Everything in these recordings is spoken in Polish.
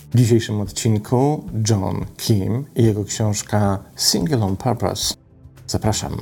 W dzisiejszym odcinku John Kim i jego książka Single on Purpose. Zapraszam.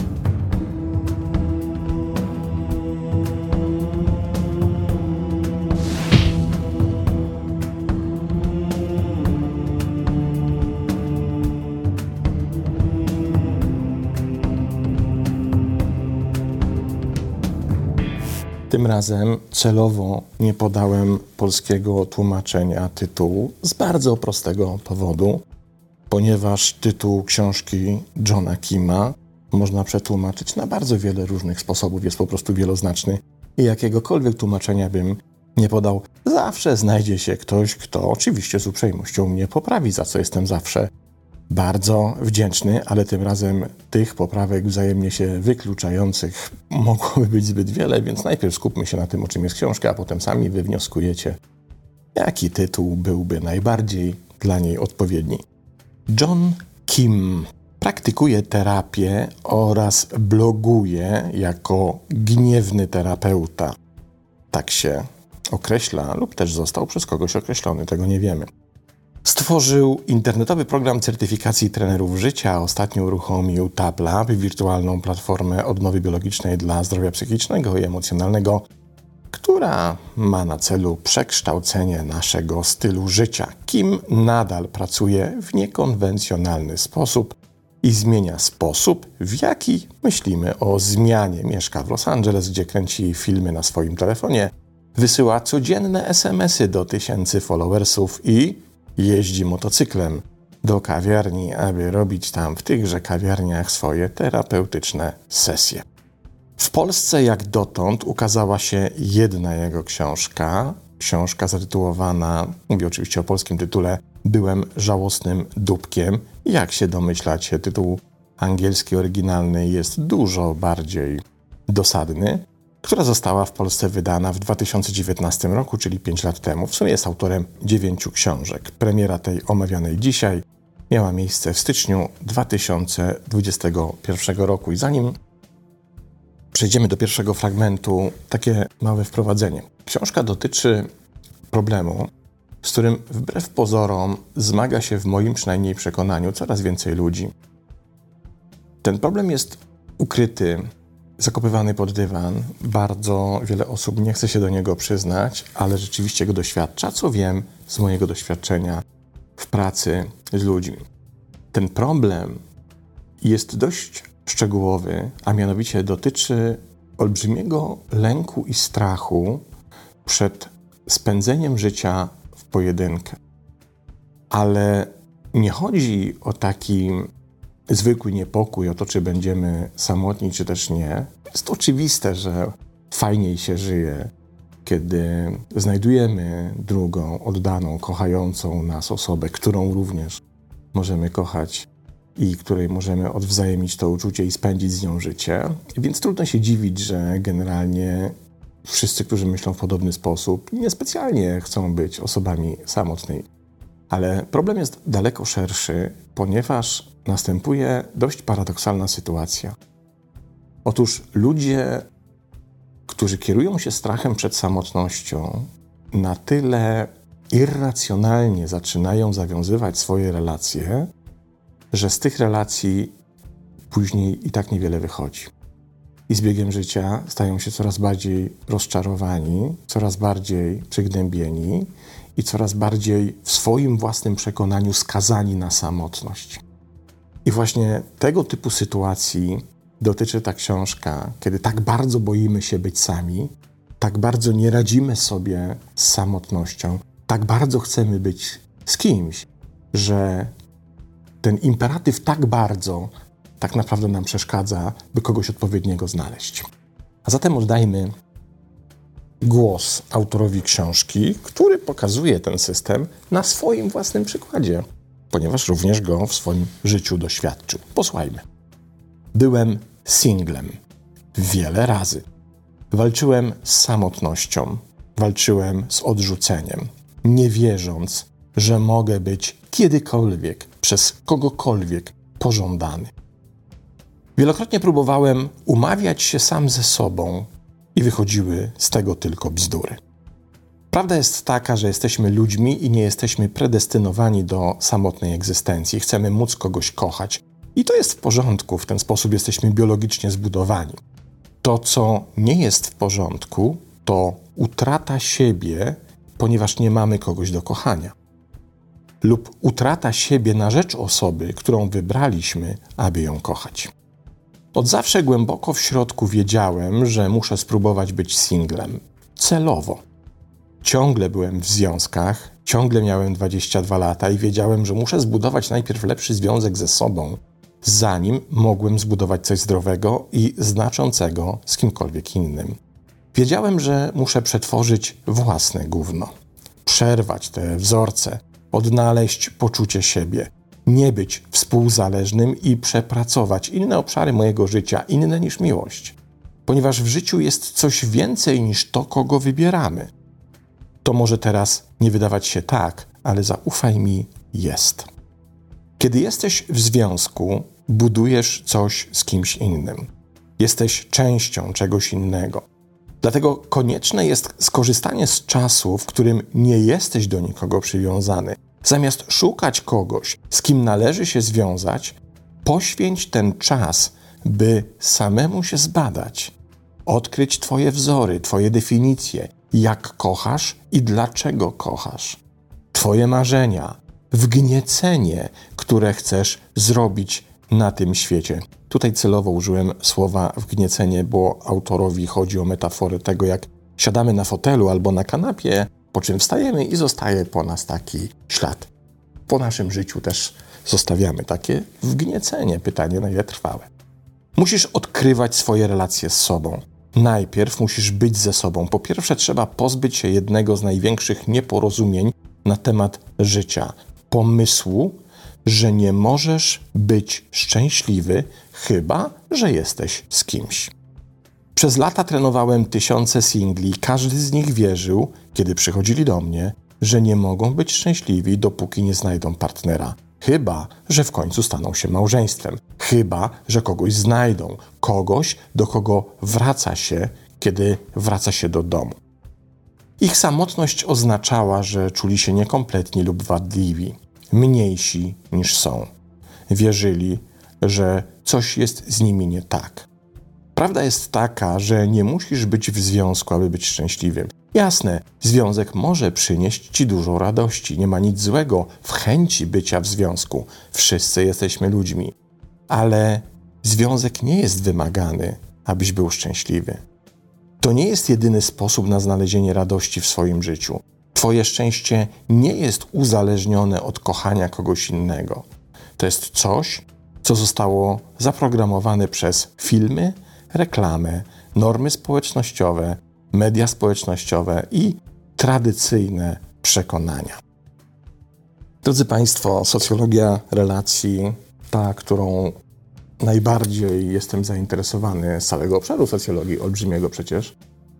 Tym razem celowo nie podałem polskiego tłumaczenia tytułu z bardzo prostego powodu, ponieważ tytuł książki Johna Kima można przetłumaczyć na bardzo wiele różnych sposobów, jest po prostu wieloznaczny i jakiegokolwiek tłumaczenia bym nie podał, zawsze znajdzie się ktoś, kto oczywiście z uprzejmością mnie poprawi, za co jestem zawsze bardzo wdzięczny, ale tym razem tych poprawek wzajemnie się wykluczających mogłoby być zbyt wiele, więc najpierw skupmy się na tym, o czym jest książka, a potem sami wywnioskujecie, jaki tytuł byłby najbardziej dla niej odpowiedni. John Kim praktykuje terapię oraz bloguje jako gniewny terapeuta. Tak się określa lub też został przez kogoś określony, tego nie wiemy. Stworzył internetowy program certyfikacji trenerów życia, a ostatnio uruchomił TabLab, wirtualną platformę odnowy biologicznej dla zdrowia psychicznego i emocjonalnego, która ma na celu przekształcenie naszego stylu życia. Kim nadal pracuje w niekonwencjonalny sposób i zmienia sposób, w jaki myślimy o zmianie. Mieszka w Los Angeles, gdzie kręci filmy na swoim telefonie, wysyła codzienne SMS-y do tysięcy followersów i jeździ motocyklem do kawiarni, aby robić tam w tychże kawiarniach swoje terapeutyczne sesje. W Polsce jak dotąd ukazała się jedna jego książka zatytułowana, mówię oczywiście o polskim tytule, Byłem żałosnym dupkiem. Jak się domyślacie, tytuł angielski oryginalny jest dużo bardziej dosadny, która została w Polsce wydana w 2019 roku, czyli 5 lat temu. W sumie jest autorem 9 książek. Premiera tej omawianej dzisiaj miała miejsce w styczniu 2021 roku. I zanim przejdziemy do pierwszego fragmentu, takie małe wprowadzenie. Książka dotyczy problemu, z którym wbrew pozorom zmaga się w moim przynajmniej przekonaniu coraz więcej ludzi. Ten problem jest ukryty, zakopywany pod dywan. Bardzo wiele osób nie chce się do niego przyznać, ale rzeczywiście go doświadcza, co wiem z mojego doświadczenia w pracy z ludźmi. Ten problem jest dość szczegółowy, a mianowicie dotyczy olbrzymiego lęku i strachu przed spędzeniem życia w pojedynkę. Ale nie chodzi o taki zwykły niepokój o to, czy będziemy samotni, czy też nie. Jest oczywiste, że fajniej się żyje, kiedy znajdujemy drugą, oddaną, kochającą nas osobę, którą również możemy kochać i której możemy odwzajemnić to uczucie i spędzić z nią życie. Więc trudno się dziwić, że generalnie wszyscy, którzy myślą w podobny sposób, niespecjalnie chcą być osobami samotnymi. Ale problem jest daleko szerszy, ponieważ następuje dość paradoksalna sytuacja. Otóż ludzie, którzy kierują się strachem przed samotnością, na tyle irracjonalnie zaczynają zawiązywać swoje relacje, że z tych relacji później i tak niewiele wychodzi. I z biegiem życia stają się coraz bardziej rozczarowani, coraz bardziej przygnębieni i coraz bardziej w swoim własnym przekonaniu skazani na samotność. I właśnie tego typu sytuacji dotyczy ta książka, kiedy tak bardzo boimy się być sami, tak bardzo nie radzimy sobie z samotnością, tak bardzo chcemy być z kimś, że ten imperatyw tak bardzo tak naprawdę nam przeszkadza, by kogoś odpowiedniego znaleźć. A zatem oddajmy głos autorowi książki, który pokazuje ten system na swoim własnym przykładzie, ponieważ również go w swoim życiu doświadczył. Posłuchajmy. Byłem singlem wiele razy. Walczyłem z samotnością, walczyłem z odrzuceniem, nie wierząc, że mogę być kiedykolwiek przez kogokolwiek pożądany. Wielokrotnie próbowałem umawiać się sam ze sobą i wychodziły z tego tylko bzdury. Prawda jest taka, że jesteśmy ludźmi i nie jesteśmy predestynowani do samotnej egzystencji. Chcemy móc kogoś kochać. I to jest w porządku, w ten sposób jesteśmy biologicznie zbudowani. To, co nie jest w porządku, to utrata siebie, ponieważ nie mamy kogoś do kochania. Lub utrata siebie na rzecz osoby, którą wybraliśmy, aby ją kochać. Od zawsze głęboko w środku wiedziałem, że muszę spróbować być singlem. Celowo. Ciągle byłem w związkach, ciągle miałem 22 lata i wiedziałem, że muszę zbudować najpierw lepszy związek ze sobą, zanim mogłem zbudować coś zdrowego i znaczącego z kimkolwiek innym. Wiedziałem, że muszę przetworzyć własne gówno, przerwać te wzorce, odnaleźć poczucie siebie, nie być współzależnym i przepracować inne obszary mojego życia, inne niż miłość. Ponieważ w życiu jest coś więcej niż to, kogo wybieramy. To może teraz nie wydawać się tak, ale zaufaj mi, jest. Kiedy jesteś w związku, budujesz coś z kimś innym. Jesteś częścią czegoś innego. Dlatego konieczne jest skorzystanie z czasu, w którym nie jesteś do nikogo przywiązany. Zamiast szukać kogoś, z kim należy się związać, poświęć ten czas, by samemu się zbadać, odkryć Twoje wzory, Twoje definicje, jak kochasz i dlaczego kochasz. Twoje marzenia, wgniecenie, które chcesz zrobić na tym świecie. Tutaj celowo użyłem słowa wgniecenie, bo autorowi chodzi o metaforę tego, jak siadamy na fotelu albo na kanapie, po czym wstajemy i zostaje po nas taki ślad. Po naszym życiu też zostawiamy takie wgniecenie. Pytanie, na ile trwałe. Musisz odkrywać swoje relacje z sobą. Najpierw musisz być ze sobą. Po pierwsze, trzeba pozbyć się jednego z największych nieporozumień na temat życia. Pomysłu, że nie możesz być szczęśliwy, chyba że jesteś z kimś. Przez lata trenowałem tysiące singli. Każdy z nich wierzył, kiedy przychodzili do mnie, że nie mogą być szczęśliwi, dopóki nie znajdą partnera. Chyba że w końcu staną się małżeństwem. Chyba że kogoś znajdą. Kogoś, do kogo wraca się, kiedy wraca się do domu. Ich samotność oznaczała, że czuli się niekompletni lub wadliwi, mniejsi niż są. Wierzyli, że coś jest z nimi nie tak. Prawda jest taka, że nie musisz być w związku, aby być szczęśliwym. Jasne, związek może przynieść ci dużo radości. Nie ma nic złego w chęci bycia w związku. Wszyscy jesteśmy ludźmi. Ale związek nie jest wymagany, abyś był szczęśliwy. To nie jest jedyny sposób na znalezienie radości w swoim życiu. Twoje szczęście nie jest uzależnione od kochania kogoś innego. To jest coś, co zostało zaprogramowane przez filmy, reklamę, normy społecznościowe, media społecznościowe i tradycyjne przekonania. Drodzy Państwo, socjologia relacji, ta, którą najbardziej jestem zainteresowany z całego obszaru socjologii, olbrzymiego przecież,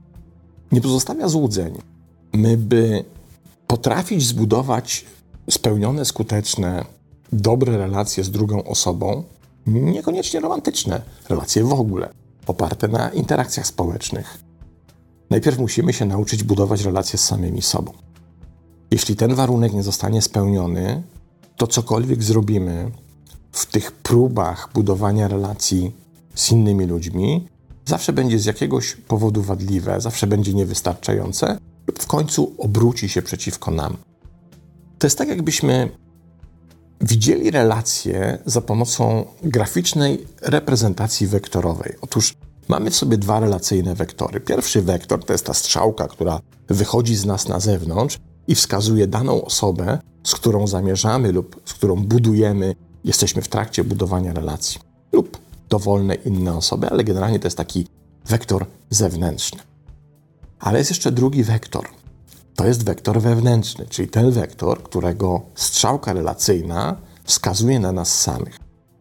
nie pozostawia złudzeń. My, by potrafić zbudować spełnione, skuteczne, dobre relacje z drugą osobą, niekoniecznie romantyczne, relacje w ogóle, oparte na interakcjach społecznych, najpierw musimy się nauczyć budować relacje z samymi sobą. Jeśli ten warunek nie zostanie spełniony, to cokolwiek zrobimy w tych próbach budowania relacji z innymi ludźmi, zawsze będzie z jakiegoś powodu wadliwe, zawsze będzie niewystarczające lub w końcu obróci się przeciwko nam. To jest tak, jakbyśmy widzieli relacje za pomocą graficznej reprezentacji wektorowej. Otóż mamy w sobie dwa relacyjne wektory. Pierwszy wektor to jest ta strzałka, która wychodzi z nas na zewnątrz i wskazuje daną osobę, z którą zamierzamy lub z którą budujemy, jesteśmy w trakcie budowania relacji. Lub dowolne inne osoby, ale generalnie to jest taki wektor zewnętrzny. Ale jest jeszcze drugi wektor. To jest wektor wewnętrzny, czyli ten wektor, którego strzałka relacyjna wskazuje na nas samych.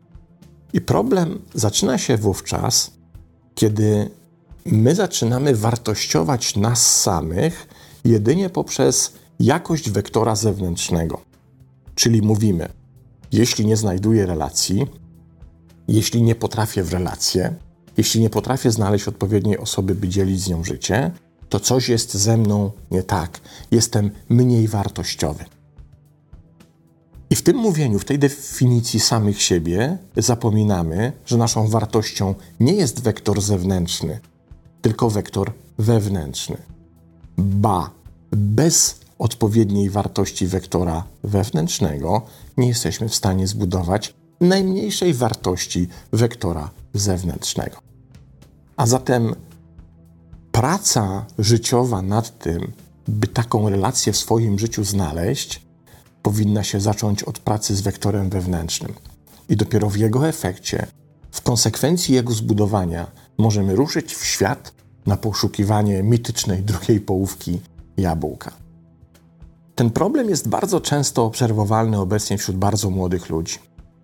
I problem zaczyna się wówczas, kiedy my zaczynamy wartościować nas samych jedynie poprzez jakość wektora zewnętrznego. Czyli mówimy, jeśli nie znajduję relacji, jeśli nie potrafię w relacje, jeśli nie potrafię znaleźć odpowiedniej osoby, by dzielić z nią życie, to coś jest ze mną nie tak. Jestem mniej wartościowy. I w tym mówieniu, w tej definicji samych siebie zapominamy, że naszą wartością nie jest wektor zewnętrzny, tylko wektor wewnętrzny. Ba, bez odpowiedniej wartości wektora wewnętrznego nie jesteśmy w stanie zbudować najmniejszej wartości wektora zewnętrznego. A zatem praca życiowa nad tym, by taką relację w swoim życiu znaleźć, powinna się zacząć od pracy z wektorem wewnętrznym. I dopiero w jego efekcie, w konsekwencji jego zbudowania, możemy ruszyć w świat na poszukiwanie mitycznej drugiej połówki jabłka. Ten problem jest bardzo często obserwowalny obecnie wśród bardzo młodych ludzi,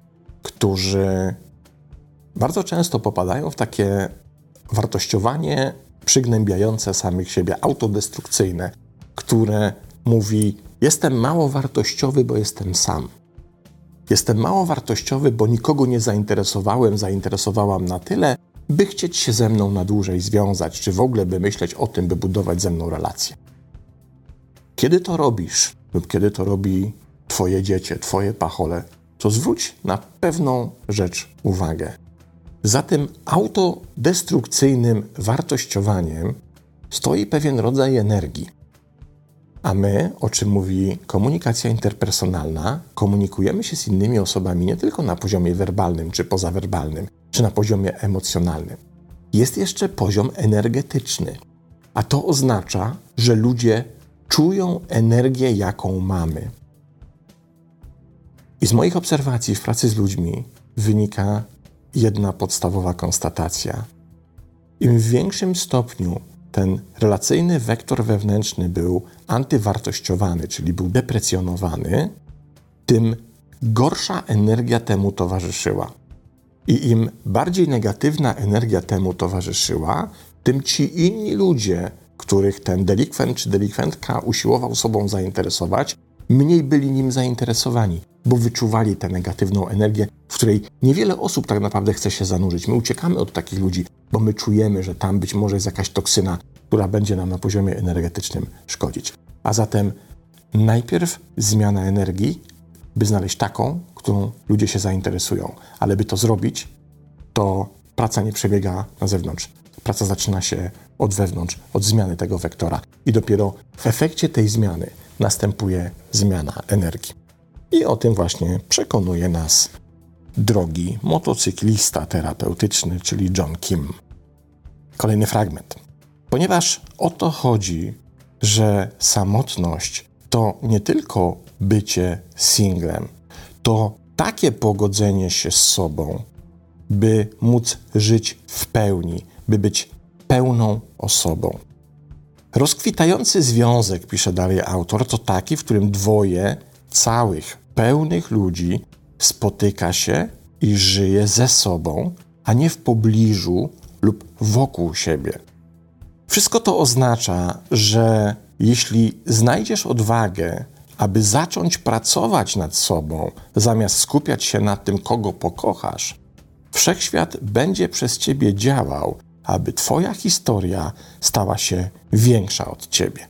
którzy bardzo często popadają w takie wartościowanie przygnębiające samych siebie, autodestrukcyjne, które mówi: jestem mało wartościowy, bo jestem sam. Jestem mało wartościowy, bo nikogo nie zainteresowałam na tyle, by chcieć się ze mną na dłużej związać, czy w ogóle by myśleć o tym, by budować ze mną relacje. Kiedy to robisz, lub kiedy to robi twoje dziecię, twoje pachole, to zwróć na pewną rzecz uwagę. Za tym autodestrukcyjnym wartościowaniem stoi pewien rodzaj energii. A my, o czym mówi komunikacja interpersonalna, komunikujemy się z innymi osobami nie tylko na poziomie werbalnym czy pozawerbalnym, czy na poziomie emocjonalnym. Jest jeszcze poziom energetyczny, a to oznacza, że ludzie czują energię, jaką mamy. I z moich obserwacji w pracy z ludźmi wynika jedna podstawowa konstatacja. Im w większym stopniu ten relacyjny wektor wewnętrzny był antywartościowany, czyli był deprecjonowany, tym gorsza energia temu towarzyszyła. I im bardziej negatywna energia temu towarzyszyła, tym ci inni ludzie, których ten delikwent czy delikwentka usiłował sobą zainteresować, mniej byli nim zainteresowani, bo wyczuwali tę negatywną energię, w której niewiele osób tak naprawdę chce się zanurzyć. My uciekamy od takich ludzi, bo my czujemy, że tam być może jest jakaś toksyna, która będzie nam na poziomie energetycznym szkodzić. A zatem najpierw zmiana energii, by znaleźć taką, którą ludzie się zainteresują. Ale by to zrobić, to praca nie przebiega na zewnątrz. Praca zaczyna się od wewnątrz, od zmiany tego wektora. I dopiero w efekcie tej zmiany następuje zmiana energii. I o tym właśnie przekonuje nas drogi motocyklista terapeutyczny, czyli John Kim. Kolejny fragment. Ponieważ o to chodzi, że samotność to nie tylko bycie singlem, to takie pogodzenie się z sobą, by móc żyć w pełni, by być pełną osobą. Rozkwitający związek, pisze dalej autor, to taki, w którym dwoje całych, pełnych ludzi spotyka się i żyje ze sobą, a nie w pobliżu lub wokół siebie. Wszystko to oznacza, że jeśli znajdziesz odwagę, aby zacząć pracować nad sobą, zamiast skupiać się na tym, kogo pokochasz, wszechświat będzie przez ciebie działał, aby twoja historia stała się większa od ciebie.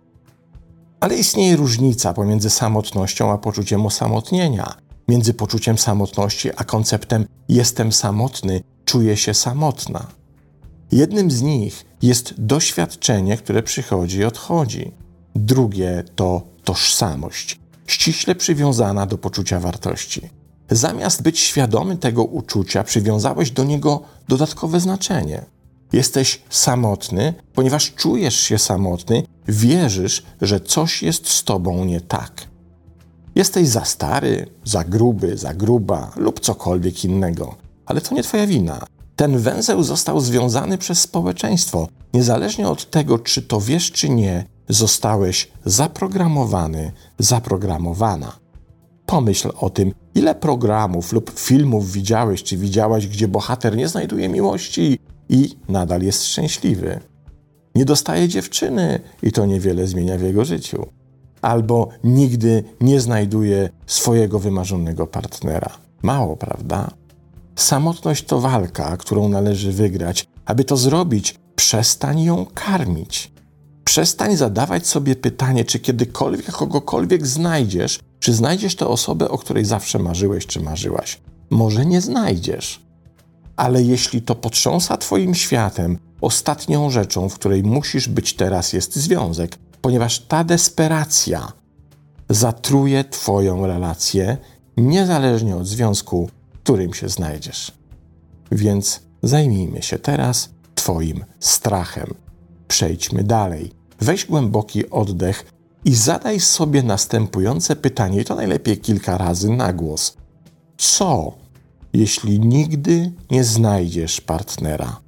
Ale istnieje różnica pomiędzy samotnością a poczuciem osamotnienia, między poczuciem samotności a konceptem jestem samotny, czuję się samotna. Jednym z nich jest doświadczenie, które przychodzi i odchodzi. Drugie to tożsamość, ściśle przywiązana do poczucia wartości. Zamiast być świadomy tego uczucia, przywiązałeś do niego dodatkowe znaczenie. Jesteś samotny, ponieważ czujesz się samotny, wierzysz, że coś jest z tobą nie tak. Jesteś za stary, za gruby, za gruba lub cokolwiek innego, ale to nie twoja wina. Ten węzeł został związany przez społeczeństwo. Niezależnie od tego, czy to wiesz, czy nie, zostałeś zaprogramowany, zaprogramowana. Pomyśl o tym, ile programów lub filmów widziałeś czy widziałaś, gdzie bohater nie znajduje miłości i nadal jest szczęśliwy. Nie dostaje dziewczyny i to niewiele zmienia w jego życiu. Albo nigdy nie znajduje swojego wymarzonego partnera. Mało, prawda? Samotność to walka, którą należy wygrać. Aby to zrobić, przestań ją karmić. Przestań zadawać sobie pytanie, czy kiedykolwiek kogokolwiek znajdziesz, czy znajdziesz tę osobę, o której zawsze marzyłeś, czy marzyłaś. Może nie znajdziesz, ale jeśli to potrząsa twoim światem, ostatnią rzeczą, w której musisz być teraz, jest związek, ponieważ ta desperacja zatruje twoją relację, niezależnie od związku, w którym się znajdziesz. Więc zajmijmy się teraz twoim strachem. Przejdźmy dalej. Weź głęboki oddech i zadaj sobie następujące pytanie, i to najlepiej kilka razy na głos. Co, jeśli nigdy nie znajdziesz partnera?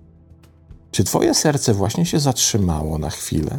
Czy twoje serce właśnie się zatrzymało na chwilę?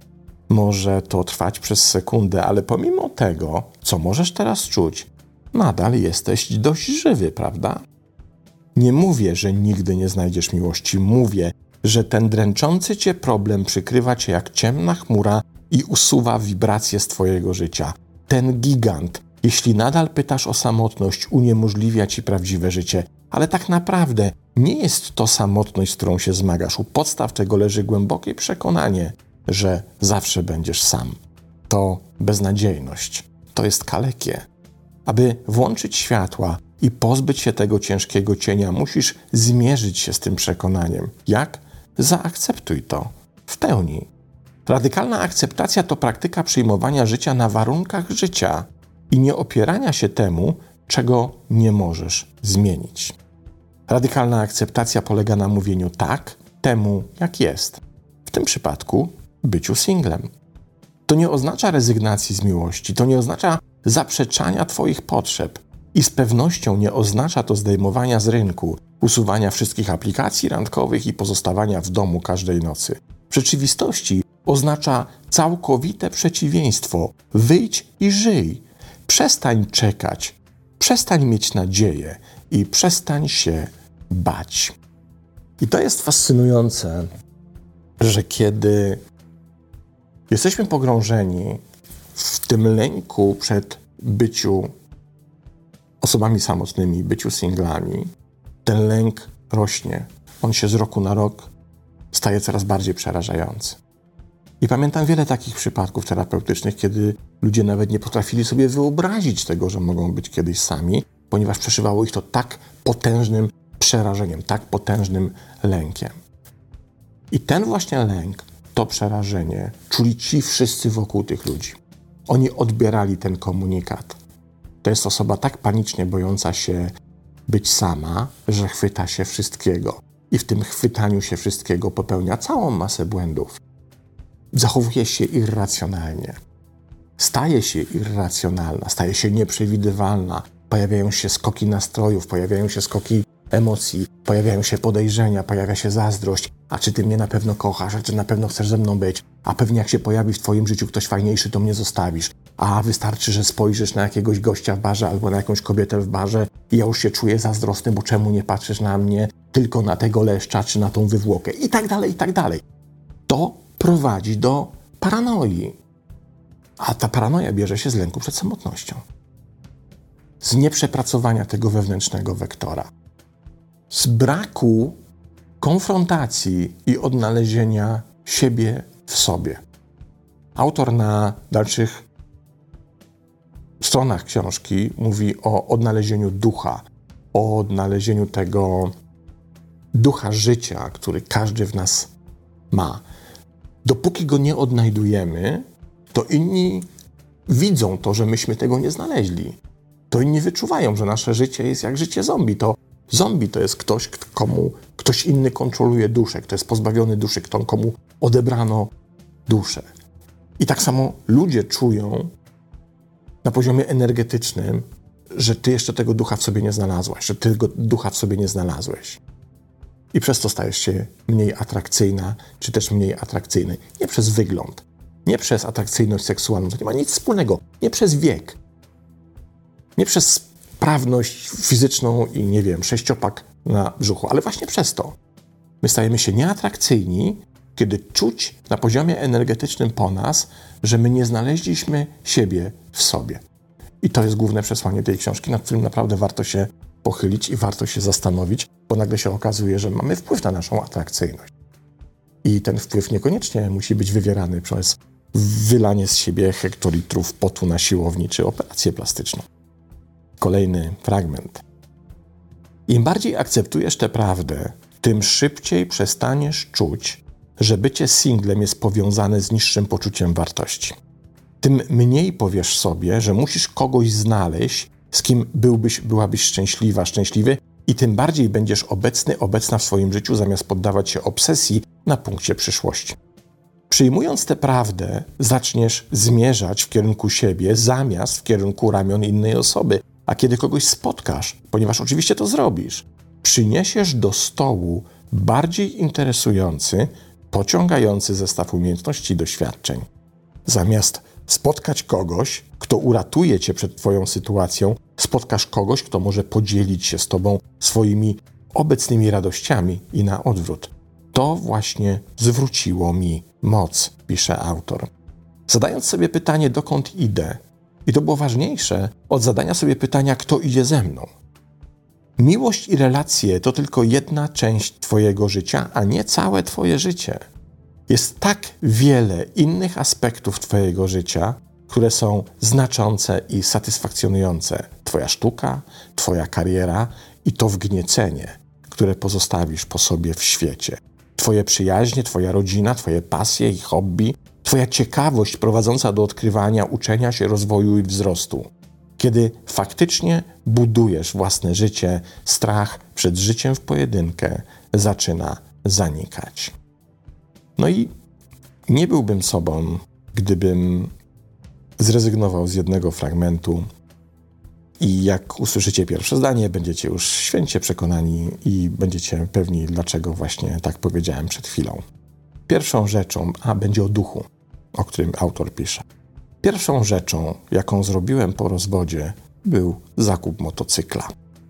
Może to trwać przez sekundę, ale pomimo tego, co możesz teraz czuć, nadal jesteś dość żywy, prawda? Nie mówię, że nigdy nie znajdziesz miłości. Mówię, że ten dręczący cię problem przykrywa cię jak ciemna chmura i usuwa wibracje z twojego życia. Ten gigant, jeśli nadal pytasz o samotność, uniemożliwia ci prawdziwe życie. Ale tak naprawdę nie jest to samotność, z którą się zmagasz. U podstaw tego leży głębokie przekonanie, że zawsze będziesz sam. To beznadziejność. To jest kalekie. Aby włączyć światła i pozbyć się tego ciężkiego cienia, musisz zmierzyć się z tym przekonaniem. Jak? Zaakceptuj to w pełni. Radykalna akceptacja to praktyka przyjmowania życia na warunkach życia i nie opierania się temu, czego nie możesz zmienić. Radykalna akceptacja polega na mówieniu tak temu, jak jest. W tym przypadku byciu singlem. To nie oznacza rezygnacji z miłości, to nie oznacza zaprzeczania twoich potrzeb i z pewnością nie oznacza to zdejmowania z rynku, usuwania wszystkich aplikacji randkowych i pozostawania w domu każdej nocy. W rzeczywistości oznacza całkowite przeciwieństwo. Wyjdź i żyj. Przestań czekać, przestań mieć nadzieję i przestań się bać. I to jest fascynujące, że kiedy jesteśmy pogrążeni w tym lęku przed byciu osobami samotnymi, byciu singlami, ten lęk rośnie. On się z roku na rok staje coraz bardziej przerażający. I pamiętam wiele takich przypadków terapeutycznych, kiedy ludzie nawet nie potrafili sobie wyobrazić tego, że mogą być kiedyś sami, ponieważ przeszywało ich to tak potężnym przerażeniem, tak potężnym lękiem. I ten właśnie lęk, to przerażenie czuli ci wszyscy wokół tych ludzi. Oni odbierali ten komunikat. To jest osoba tak panicznie bojąca się być sama, że chwyta się wszystkiego. I w tym chwytaniu się wszystkiego popełnia całą masę błędów. Zachowuje się irracjonalnie. Staje się irracjonalna, staje się nieprzewidywalna. Pojawiają się skoki nastrojów, pojawiają się skoki emocji, pojawiają się podejrzenia, pojawia się zazdrość. A czy ty mnie na pewno kochasz? A czy na pewno chcesz ze mną być? A pewnie jak się pojawi w twoim życiu ktoś fajniejszy, to mnie zostawisz. A wystarczy, że spojrzysz na jakiegoś gościa w barze albo na jakąś kobietę w barze i ja już się czuję zazdrosny, bo czemu nie patrzysz na mnie, tylko na tego leszcza czy na tą wywłokę? I tak dalej, i tak dalej. To prowadzi do paranoi. A ta paranoja bierze się z lęku przed samotnością. Z nieprzepracowania tego wewnętrznego wektora. Z braku konfrontacji i odnalezienia siebie w sobie. Autor na dalszych stronach książki mówi o odnalezieniu ducha, o odnalezieniu tego ducha życia, który każdy w nas ma. Dopóki go nie odnajdujemy, to inni widzą to, że myśmy tego nie znaleźli. To inni wyczuwają, że nasze życie jest jak życie zombie. To zombie to jest ktoś, komu ktoś inny kontroluje duszę, kto jest pozbawiony duszy, komu odebrano duszę. I tak samo ludzie czują na poziomie energetycznym, że ty jeszcze tego ducha w sobie nie znalazłaś, że ty tego ducha w sobie nie znalazłeś. I przez to stajesz się mniej atrakcyjna, czy też mniej atrakcyjny. Nie przez wygląd, nie przez atrakcyjność seksualną, to nie ma nic wspólnego. Nie przez wiek, nie przez sprawność fizyczną i, nie wiem, sześciopak na brzuchu, ale właśnie przez to. My stajemy się nieatrakcyjni, kiedy czuć na poziomie energetycznym po nas, że my nie znaleźliśmy siebie w sobie. I to jest główne przesłanie tej książki, nad którym naprawdę warto się pochylić i warto się zastanowić, bo nagle się okazuje, że mamy wpływ na naszą atrakcyjność. I ten wpływ niekoniecznie musi być wywierany przez wylanie z siebie hektolitrów potu na siłowni czy operację plastyczną. Kolejny fragment. Im bardziej akceptujesz tę prawdę, tym szybciej przestaniesz czuć, że bycie singlem jest powiązane z niższym poczuciem wartości. Tym mniej powiesz sobie, że musisz kogoś znaleźć, z kim byłabyś szczęśliwa, szczęśliwy, i tym bardziej będziesz obecna w swoim życiu, zamiast poddawać się obsesji na punkcie przyszłości. Przyjmując tę prawdę, zaczniesz zmierzać w kierunku siebie, zamiast w kierunku ramion innej osoby. A kiedy kogoś spotkasz, ponieważ oczywiście to zrobisz, przyniesiesz do stołu bardziej interesujący, pociągający zestaw umiejętności i doświadczeń. Zamiast spotkać kogoś, kto uratuje cię przed twoją sytuacją, spotkasz kogoś, kto może podzielić się z tobą swoimi obecnymi radościami i na odwrót. To właśnie zwróciło mi moc, pisze autor. Zadając sobie pytanie, dokąd idę, i to było ważniejsze od zadania sobie pytania, kto idzie ze mną. Miłość i relacje to tylko jedna część twojego życia, a nie całe twoje życie. Jest tak wiele innych aspektów twojego życia, które są znaczące i satysfakcjonujące. Twoja sztuka, twoja kariera i to wgniecenie, które pozostawisz po sobie w świecie. Twoje przyjaźnie, twoja rodzina, twoje pasje i hobby, twoja ciekawość prowadząca do odkrywania, uczenia się, rozwoju i wzrostu. Kiedy faktycznie budujesz własne życie, strach przed życiem w pojedynkę zaczyna zanikać. No i nie byłbym sobą, gdybym zrezygnował z jednego fragmentu i jak usłyszycie pierwsze zdanie, będziecie już święcie przekonani i będziecie pewni, dlaczego właśnie tak powiedziałem przed chwilą. Pierwszą rzeczą, będzie o duchu, o którym autor pisze. Pierwszą rzeczą, jaką zrobiłem po rozwodzie, był zakup motocykla.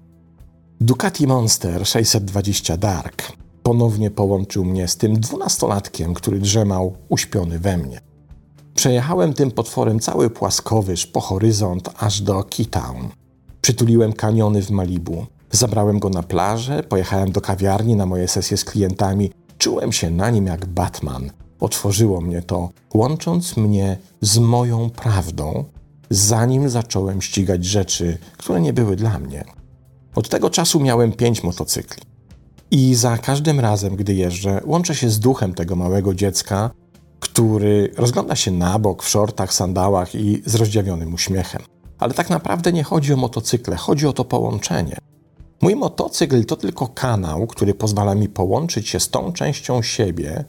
Ducati Monster 620 Dark ponownie połączył mnie z tym 12-latkiem, który drzemał uśpiony we mnie. Przejechałem tym potworem cały płaskowyż po horyzont aż do Keytown. Przytuliłem kaniony w Malibu. Zabrałem go na plażę, pojechałem do kawiarni na moje sesje z klientami. Czułem się na nim jak Batman. Otworzyło mnie to, łącząc mnie z moją prawdą, zanim zacząłem ścigać rzeczy, które nie były dla mnie. Od tego czasu miałem 5 motocykli. I za każdym razem, gdy jeżdżę, łączę się z duchem tego małego dziecka, który rozgląda się na bok w szortach, sandałach i z rozdziawionym uśmiechem. Ale tak naprawdę nie chodzi o motocykle, chodzi o to połączenie. Mój motocykl to tylko kanał, który pozwala mi połączyć się z tą częścią siebie,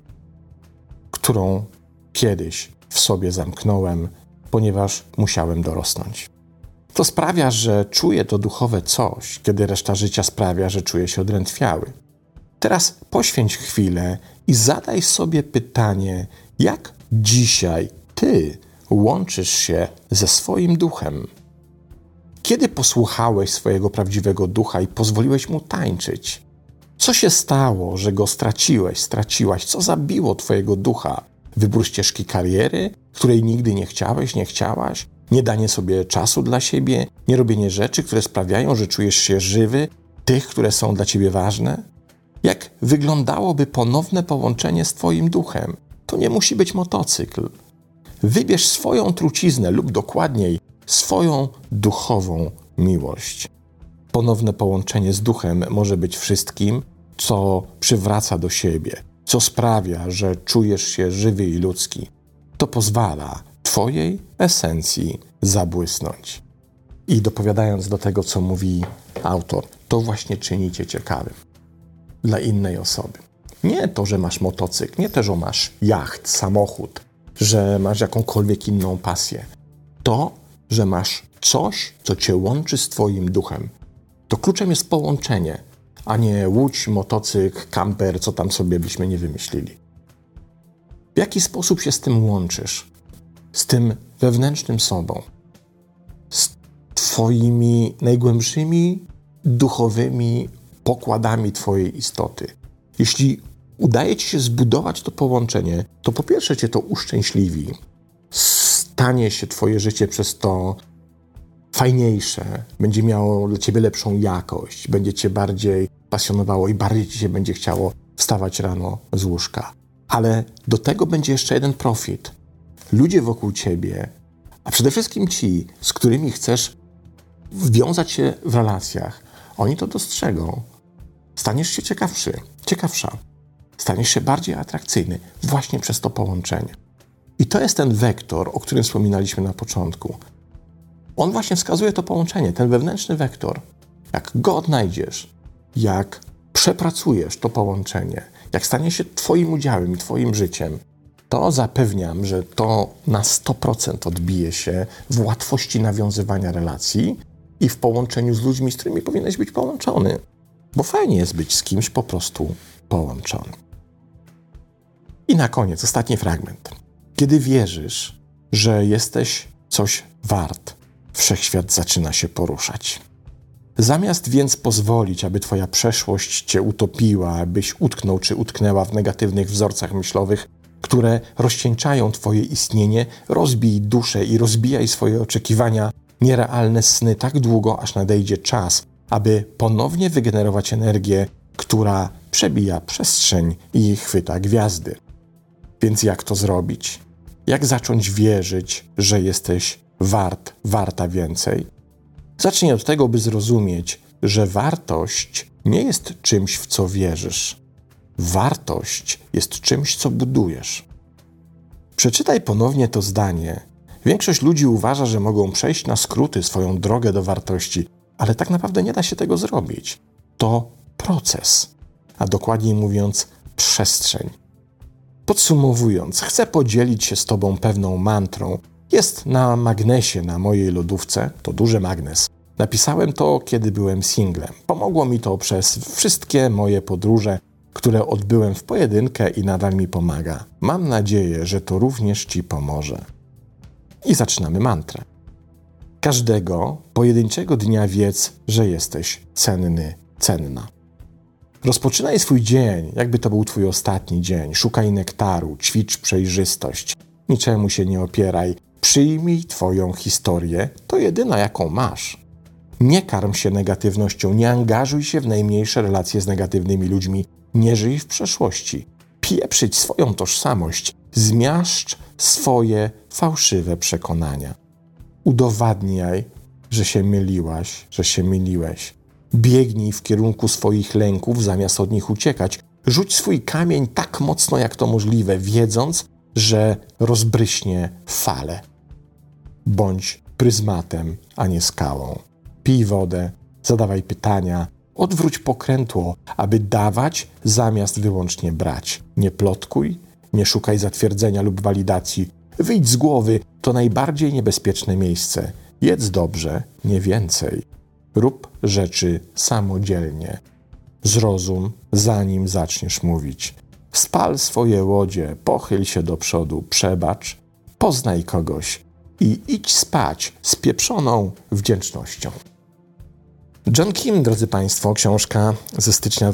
którą kiedyś w sobie zamknąłem, ponieważ musiałem dorosnąć. To sprawia, że czuję to duchowe coś, kiedy reszta życia sprawia, że czuję się odrętwiały. Teraz poświęć chwilę i zadaj sobie pytanie, jak dzisiaj ty łączysz się ze swoim duchem? Kiedy posłuchałeś swojego prawdziwego ducha i pozwoliłeś mu tańczyć? Co się stało, że go straciłaś? Co zabiło twojego ducha? Wybór ścieżki kariery, której nigdy nie chciałaś? Nie danie sobie czasu dla siebie? Nie robienie rzeczy, które sprawiają, że czujesz się żywy? Tych, które są dla ciebie ważne? Jak wyglądałoby ponowne połączenie z twoim duchem? To nie musi być motocykl. Wybierz swoją truciznę lub dokładniej swoją duchową miłość. Ponowne połączenie z duchem może być wszystkim, co przywraca do siebie, co sprawia, że czujesz się żywy i ludzki. To pozwala twojej esencji zabłysnąć. I dopowiadając do tego, co mówi autor, to właśnie czyni cię ciekawym dla innej osoby. Nie to, że masz motocykl, nie to, że masz jacht, samochód, że masz jakąkolwiek inną pasję. To, że masz coś, co cię łączy z twoim duchem. To kluczem jest połączenie, a nie łódź, motocykl, kamper, co tam sobie byśmy nie wymyślili. W jaki sposób się z tym łączysz? Z tym wewnętrznym sobą. Z twoimi najgłębszymi duchowymi pokładami twojej istoty. Jeśli udaje ci się zbudować to połączenie, to po pierwsze cię to uszczęśliwi. Stanie się twoje życie przez to fajniejsze, będzie miało dla ciebie lepszą jakość, będzie cię bardziej pasjonowało i bardziej ci się będzie chciało wstawać rano z łóżka. Ale do tego będzie jeszcze jeden profit. Ludzie wokół ciebie, a przede wszystkim ci, z którymi chcesz wwiązać się w relacjach, oni to dostrzegą. Staniesz się ciekawsza. Staniesz się bardziej atrakcyjny właśnie przez to połączenie. I to jest ten wektor, o którym wspominaliśmy na początku. On właśnie wskazuje to połączenie, ten wewnętrzny wektor. Jak go odnajdziesz, jak przepracujesz to połączenie, jak stanie się twoim udziałem i twoim życiem, to zapewniam, że to na 100% odbije się w łatwości nawiązywania relacji i w połączeniu z ludźmi, z którymi powinieneś być połączony. Bo fajnie jest być z kimś po prostu połączony. I na koniec, ostatni fragment. Kiedy wierzysz, że jesteś coś wart, wszechświat zaczyna się poruszać. Zamiast więc pozwolić, aby twoja przeszłość cię utopiła, abyś utknął czy utknęła w negatywnych wzorcach myślowych, które rozcieńczają twoje istnienie, rozbij duszę i rozbijaj swoje oczekiwania, nierealne sny tak długo, aż nadejdzie czas, aby ponownie wygenerować energię, która przebija przestrzeń i chwyta gwiazdy. Więc jak to zrobić? Jak zacząć wierzyć, że jesteś warta więcej? Zacznij od tego, by zrozumieć, że wartość nie jest czymś, w co wierzysz. Wartość jest czymś, co budujesz. Przeczytaj ponownie to zdanie. Większość ludzi uważa, że mogą przejść na skróty swoją drogę do wartości, ale tak naprawdę nie da się tego zrobić. To proces, a dokładniej mówiąc przestrzeń. Podsumowując, chcę podzielić się z tobą pewną mantrą. Jest na magnesie na mojej lodówce, to duży magnes. Napisałem to, kiedy byłem singlem. Pomogło mi to przez wszystkie moje podróże, które odbyłem w pojedynkę i nadal mi pomaga. Mam nadzieję, że to również ci pomoże. I zaczynamy mantrę. Każdego pojedynczego dnia wiedz, że jesteś cenny, cenna. Rozpoczynaj swój dzień, jakby to był twój ostatni dzień. Szukaj nektaru, ćwicz przejrzystość. Niczemu się nie opieraj. Przyjmij twoją historię, to jedyna, jaką masz. Nie karm się negatywnością, nie angażuj się w najmniejsze relacje z negatywnymi ludźmi. Nie żyj w przeszłości. Pieprzyć swoją tożsamość. Zmiażdż swoje fałszywe przekonania. Udowadniaj, że się myliłaś, że się myliłeś. Biegnij w kierunku swoich lęków, zamiast od nich uciekać. Rzuć swój kamień tak mocno, jak to możliwe, wiedząc, że rozbryśnie falę. Bądź pryzmatem, a nie skałą. Pij wodę, zadawaj pytania, odwróć pokrętło, aby dawać zamiast wyłącznie brać. Nie plotkuj, nie szukaj zatwierdzenia lub walidacji. Wyjdź z głowy, to najbardziej niebezpieczne miejsce. Jedz dobrze, nie więcej. Rób rzeczy samodzielnie. Zrozum, zanim zaczniesz mówić. Spal swoje łodzie, pochyl się do przodu, przebacz, poznaj kogoś i idź spać z pieprzoną wdzięcznością. John Kim, drodzy Państwo, książka ze stycznia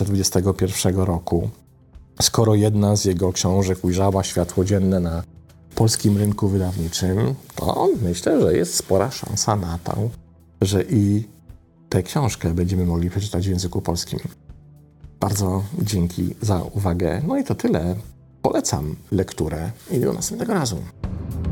2021 roku. Skoro jedna z jego książek ujrzała światło dzienne na polskim rynku wydawniczym, to myślę, że jest spora szansa na to, że i tę książkę będziemy mogli przeczytać w języku polskim. Bardzo dzięki za uwagę. No i to tyle. Polecam lekturę i do następnego razu.